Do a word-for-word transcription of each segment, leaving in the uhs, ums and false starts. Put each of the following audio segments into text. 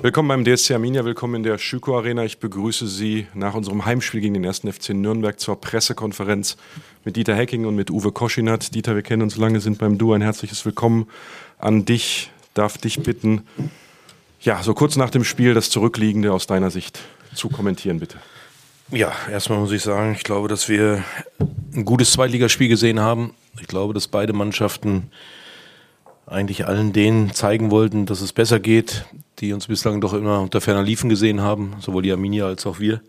Willkommen beim D S C Arminia, willkommen in der Schüco Arena. Ich begrüße Sie nach unserem Heimspiel gegen den ersten F C Nürnberg zur Pressekonferenz mit Dieter Hecking und mit Uwe Koschinat. Dieter, wir kennen uns lange, sind beim Du. Ein herzliches Willkommen an dich. Darf dich bitten, ja, so kurz nach dem Spiel das Zurückliegende aus deiner Sicht zu kommentieren, bitte. Ja, erstmal muss ich sagen, ich glaube, dass wir ein gutes Zweitligaspiel gesehen haben. Ich glaube, dass beide Mannschaften eigentlich allen denen zeigen wollten, dass es besser geht, die uns bislang doch immer unter ferner Liefen gesehen haben, sowohl die Arminia als auch wir.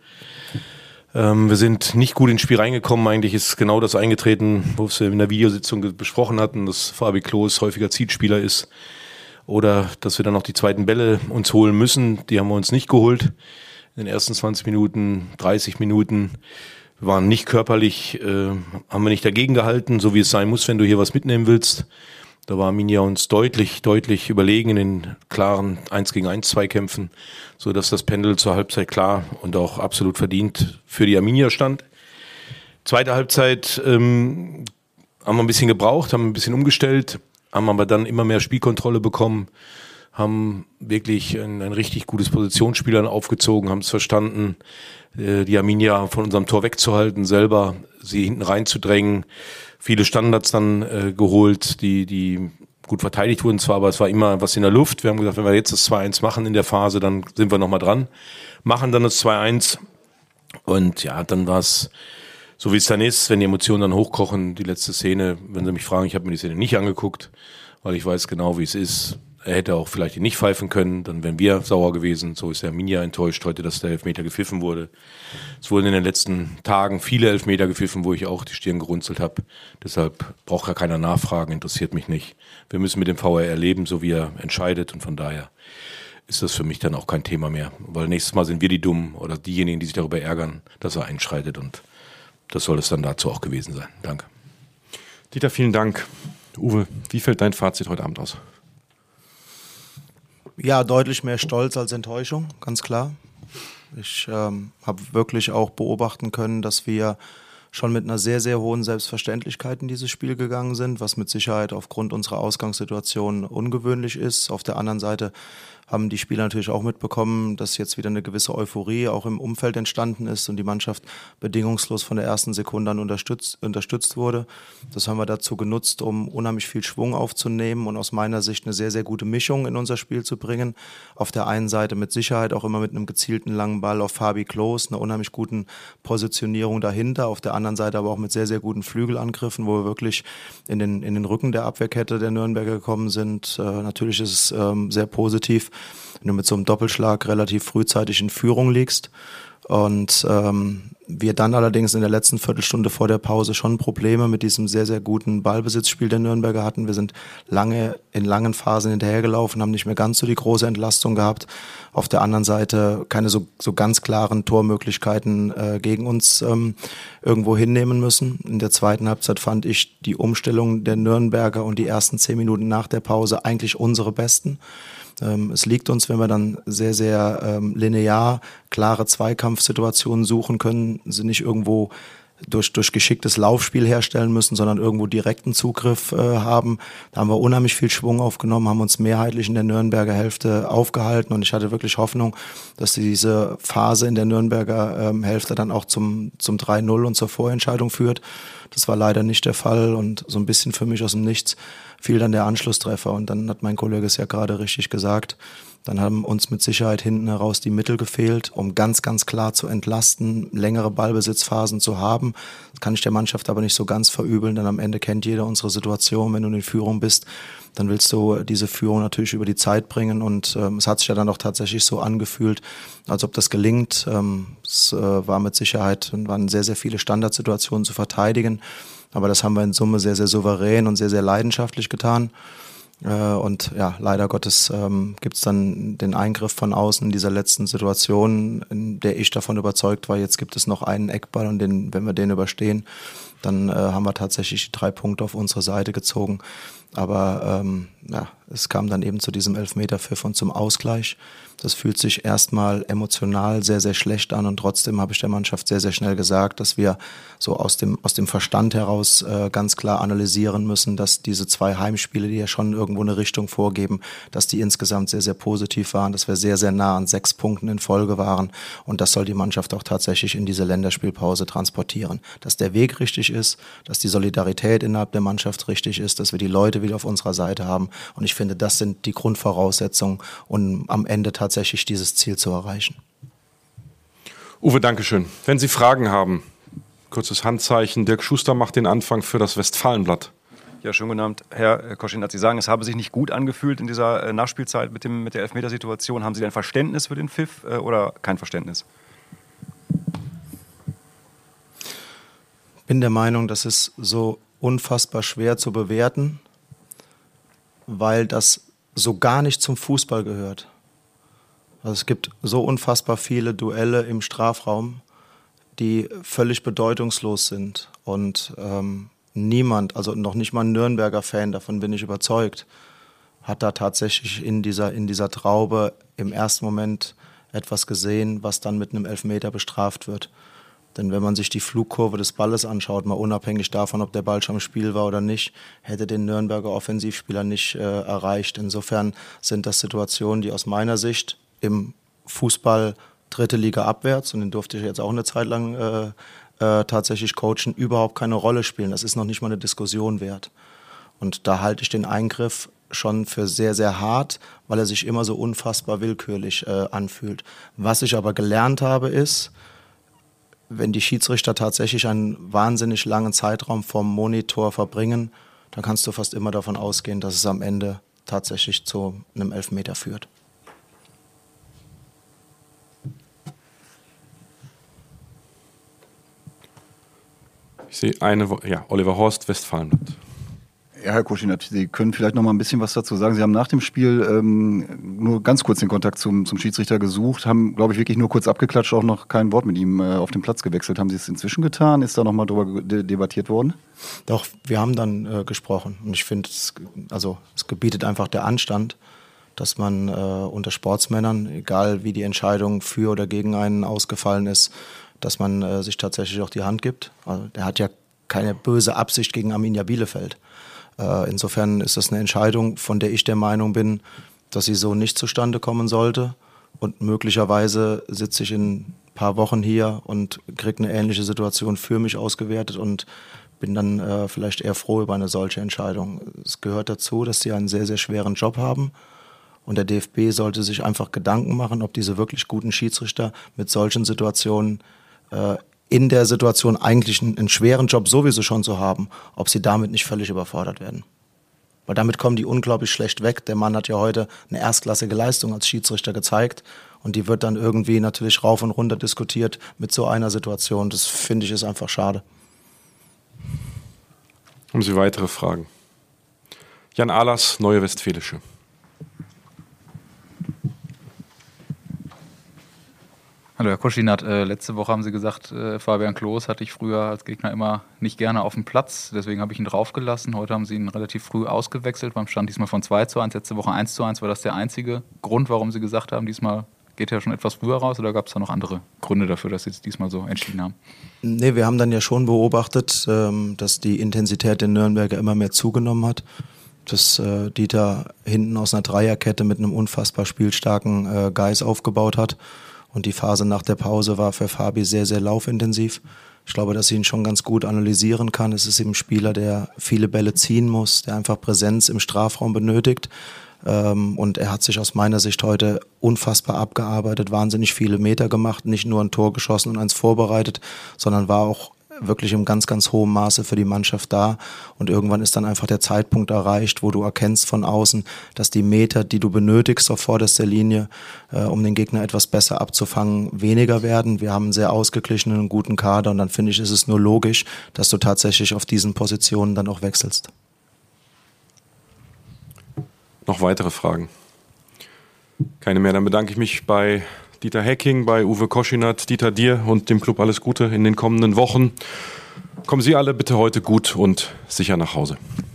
Ähm, wir sind nicht gut ins Spiel reingekommen. Eigentlich ist genau das eingetreten, wo wir in der Videositzung besprochen hatten, dass Fabi Klos häufiger Zielspieler ist oder dass wir dann noch die zweiten Bälle uns holen müssen. Die haben wir uns nicht geholt. In den ersten zwanzig Minuten, dreißig Minuten. Wir waren nicht körperlich, äh, haben wir nicht dagegen gehalten, so wie es sein muss, wenn du hier was mitnehmen willst. Da war Arminia uns deutlich, deutlich überlegen in den klaren eins gegen eins Zweikämpfen, so dass das Pendel zur Halbzeit klar und auch absolut verdient für die Arminia stand. Zweite Halbzeit ähm, haben wir ein bisschen gebraucht, haben ein bisschen umgestellt, haben aber dann immer mehr Spielkontrolle bekommen, haben wirklich ein, ein richtig gutes Positionsspiel aufgezogen, haben es verstanden, äh, die Arminia von unserem Tor wegzuhalten, selber sie hinten reinzudrängen. Viele Standards dann äh, geholt, die die gut verteidigt wurden zwar, aber es war immer was in der Luft. Wir haben gesagt, wenn wir jetzt das zwei eins machen in der Phase, dann sind wir nochmal dran. Machen dann das zwei eins und ja, dann war es so, wie es dann ist, wenn die Emotionen dann hochkochen. Die letzte Szene, wenn Sie mich fragen, ich habe mir die Szene nicht angeguckt, weil ich weiß genau, wie es ist. Er hätte auch vielleicht ihn nicht pfeifen können, dann wären wir sauer gewesen. So ist der Arminia enttäuscht heute, dass der Elfmeter gepfiffen wurde. Es wurden in den letzten Tagen viele Elfmeter gepfiffen, wo ich auch die Stirn gerunzelt habe. Deshalb braucht gar keiner nachfragen, interessiert mich nicht. Wir müssen mit dem V A R leben, so wie er entscheidet. Und von daher ist das für mich dann auch kein Thema mehr. Weil nächstes Mal sind wir die Dummen oder diejenigen, die sich darüber ärgern, dass er einschreitet. Und das soll es dann dazu auch gewesen sein. Danke. Dieter, vielen Dank. Uwe, wie fällt dein Fazit heute Abend aus? Ja, deutlich mehr Stolz als Enttäuschung, ganz klar. Ich ähm, habe wirklich auch beobachten können, dass wir schon mit einer sehr, sehr hohen Selbstverständlichkeit in dieses Spiel gegangen sind, was mit Sicherheit aufgrund unserer Ausgangssituation ungewöhnlich ist. Auf der anderen Seite haben die Spieler natürlich auch mitbekommen, dass jetzt wieder eine gewisse Euphorie auch im Umfeld entstanden ist und die Mannschaft bedingungslos von der ersten Sekunde an unterstützt, unterstützt wurde. Das haben wir dazu genutzt, um unheimlich viel Schwung aufzunehmen und aus meiner Sicht eine sehr, sehr gute Mischung in unser Spiel zu bringen. Auf der einen Seite mit Sicherheit auch immer mit einem gezielten langen Ball auf Fabi Klos, einer unheimlich guten Positionierung dahinter, auf der anderen Seite aber auch mit sehr, sehr guten Flügelangriffen, wo wir wirklich in den, in den Rücken der Abwehrkette der Nürnberger gekommen sind. Äh, natürlich ist es ähm, sehr positiv, wenn du mit so einem Doppelschlag relativ frühzeitig in Führung liegst. Und ähm, wir dann allerdings in der letzten Viertelstunde vor der Pause schon Probleme mit diesem sehr, sehr guten Ballbesitzspiel der Nürnberger hatten. Wir sind lange in langen Phasen hinterhergelaufen, haben nicht mehr ganz so die große Entlastung gehabt. Auf der anderen Seite keine so, so ganz klaren Tormöglichkeiten äh, gegen uns ähm, irgendwo hinnehmen müssen. In der zweiten Halbzeit fand ich die Umstellung der Nürnberger und die ersten zehn Minuten nach der Pause eigentlich unsere besten. Es liegt uns, wenn wir dann sehr, sehr ähm, linear klare Zweikampfsituationen suchen können, sie nicht irgendwo durch, durch geschicktes Laufspiel herstellen müssen, sondern irgendwo direkten Zugriff äh, haben. Da haben wir unheimlich viel Schwung aufgenommen, haben uns mehrheitlich in der Nürnberger Hälfte aufgehalten und ich hatte wirklich Hoffnung, dass diese Phase in der Nürnberger ähm, Hälfte dann auch zum, zum drei null und zur Vorentscheidung führt. Das war leider nicht der Fall und so ein bisschen für mich aus dem Nichts fiel dann der Anschlusstreffer und dann hat mein Kollege es ja gerade richtig gesagt, dann haben uns mit Sicherheit hinten heraus die Mittel gefehlt, um ganz, ganz klar zu entlasten, längere Ballbesitzphasen zu haben. Das kann ich der Mannschaft aber nicht so ganz verübeln, denn am Ende kennt jeder unsere Situation, wenn du in Führung bist, dann willst du diese Führung natürlich über die Zeit bringen und ähm, es hat sich ja dann auch tatsächlich so angefühlt, als ob das gelingt. Ähm, es äh, war mit Sicherheit, waren sehr, sehr viele Standardsituationen zu verteidigen, aber das haben wir in Summe sehr, sehr souverän und sehr, sehr leidenschaftlich getan. Und ja, leider Gottes ähm, gibt es dann den Eingriff von außen in dieser letzten Situation, in der ich davon überzeugt war, jetzt gibt es noch einen Eckball und den, wenn wir den überstehen, dann äh, haben wir tatsächlich die drei Punkte auf unsere Seite gezogen. Aber ähm, ja, es kam dann eben zu diesem Elfmeterpfiff und zum Ausgleich. Das fühlt sich erstmal emotional sehr, sehr schlecht an und trotzdem habe ich der Mannschaft sehr, sehr schnell gesagt, dass wir so aus dem, aus dem Verstand heraus äh, ganz klar analysieren müssen, dass diese zwei Heimspiele, die ja schon irgendwo eine Richtung vorgeben, dass die insgesamt sehr, sehr positiv waren, dass wir sehr, sehr nah an sechs Punkten in Folge waren und das soll die Mannschaft auch tatsächlich in diese Länderspielpause transportieren. Dass der Weg richtig ist, dass die Solidarität innerhalb der Mannschaft richtig ist, dass wir die Leute wieder auf unserer Seite haben und ich finde, das sind die Grundvoraussetzungen, um am Ende tatsächlich dieses Ziel zu erreichen. Uwe, Dankeschön. Wenn Sie Fragen haben, kurzes Handzeichen. Dirk Schuster macht den Anfang für das Westfalenblatt. Ja, schön genannt, Herr Koschinat. Sie sagen, es habe sich nicht gut angefühlt in dieser Nachspielzeit mit, dem, mit der Elfmetersituation. Haben Sie denn Verständnis für den Pfiff äh, oder kein Verständnis? Ich bin der Meinung, das ist so unfassbar schwer zu bewerten, weil das so gar nicht zum Fußball gehört. Also es gibt so unfassbar viele Duelle im Strafraum, die völlig bedeutungslos sind. Und ähm, niemand, also noch nicht mal ein Nürnberger Fan, davon bin ich überzeugt, hat da tatsächlich in dieser, in dieser Traube im ersten Moment etwas gesehen, was dann mit einem Elfmeter bestraft wird. Denn wenn man sich die Flugkurve des Balles anschaut, mal unabhängig davon, ob der Ball schon im Spiel war oder nicht, hätte den Nürnberger Offensivspieler nicht äh, erreicht. Insofern sind das Situationen, die aus meiner Sicht im Fußball dritte Liga abwärts, und den durfte ich jetzt auch eine Zeit lang äh, äh, tatsächlich coachen, überhaupt keine Rolle spielen. Das ist noch nicht mal eine Diskussion wert. Und da halte ich den Eingriff schon für sehr, sehr hart, weil er sich immer so unfassbar willkürlich äh, anfühlt. Was ich aber gelernt habe, ist, wenn die Schiedsrichter tatsächlich einen wahnsinnig langen Zeitraum vorm Monitor verbringen, dann kannst du fast immer davon ausgehen, dass es am Ende tatsächlich zu einem Elfmeter führt. Ich sehe eine, ja, Oliver Horst, Westfalenblatt. Ja, Herr Koschinat, Sie können vielleicht noch mal ein bisschen was dazu sagen. Sie haben nach dem Spiel ähm, nur ganz kurz den Kontakt zum, zum Schiedsrichter gesucht, haben, glaube ich, wirklich nur kurz abgeklatscht, auch noch kein Wort mit ihm äh, auf den Platz gewechselt. Haben Sie es inzwischen getan? Ist da noch mal drüber de- debattiert worden? Doch, wir haben dann äh, gesprochen. Und ich finde, es, also, es gebietet einfach der Anstand, dass man äh, unter Sportsmännern, egal wie die Entscheidung für oder gegen einen ausgefallen ist, dass man äh, sich tatsächlich auch die Hand gibt. Also, der hat ja keine böse Absicht gegen Arminia Bielefeld. Insofern ist das eine Entscheidung, von der ich der Meinung bin, dass sie so nicht zustande kommen sollte. Und möglicherweise sitze ich in ein paar Wochen hier und kriege eine ähnliche Situation für mich ausgewertet und bin dann äh, vielleicht eher froh über eine solche Entscheidung. Es gehört dazu, dass sie einen sehr, sehr schweren Job haben. Und der D F B sollte sich einfach Gedanken machen, ob diese wirklich guten Schiedsrichter mit solchen Situationen äh, in der Situation eigentlich einen, einen schweren Job sowieso schon zu haben, ob sie damit nicht völlig überfordert werden. Weil damit kommen die unglaublich schlecht weg. Der Mann hat ja heute eine erstklassige Leistung als Schiedsrichter gezeigt und die wird dann irgendwie natürlich rauf und runter diskutiert mit so einer Situation. Das finde ich ist einfach schade. Haben Sie weitere Fragen? Jan Ahlers, Neue Westfälische. Hallo Herr Koschinat, äh, letzte Woche haben Sie gesagt, äh, Fabian Klos hatte ich früher als Gegner immer nicht gerne auf dem Platz, deswegen habe ich ihn draufgelassen. Heute haben Sie ihn relativ früh ausgewechselt, beim Stand diesmal von zwei zu eins, letzte Woche eins zu eins. War das der einzige Grund, warum Sie gesagt haben, diesmal geht er schon etwas früher raus, oder gab es da noch andere Gründe dafür, dass Sie es diesmal so entschieden haben? Nee, wir haben dann ja schon beobachtet, ähm, dass die Intensität der Nürnberger immer mehr zugenommen hat. Dass äh, Dieter hinten aus einer Dreierkette mit einem unfassbar spielstarken äh, Geis aufgebaut hat. Und die Phase nach der Pause war für Fabi sehr, sehr laufintensiv. Ich glaube, dass sie ihn schon ganz gut analysieren kann. Es ist eben ein Spieler, der viele Bälle ziehen muss, der einfach Präsenz im Strafraum benötigt. Ähm, und er hat sich aus meiner Sicht heute unfassbar abgearbeitet, wahnsinnig viele Meter gemacht, nicht nur ein Tor geschossen und eins vorbereitet, sondern war auch wirklich im ganz, ganz hohen Maße für die Mannschaft da. Und irgendwann ist dann einfach der Zeitpunkt erreicht, wo du erkennst von außen, dass die Meter, die du benötigst auf vorderster Linie, äh, um den Gegner etwas besser abzufangen, weniger werden. Wir haben einen sehr ausgeglichenen und guten Kader und dann finde ich, ist es nur logisch, dass du tatsächlich auf diesen Positionen dann auch wechselst. Noch weitere Fragen? Keine mehr, dann bedanke ich mich bei Dieter Hecking, bei Uwe Koschinat. Dieter, dir und dem Club alles Gute in den kommenden Wochen. Kommen Sie alle bitte heute gut und sicher nach Hause.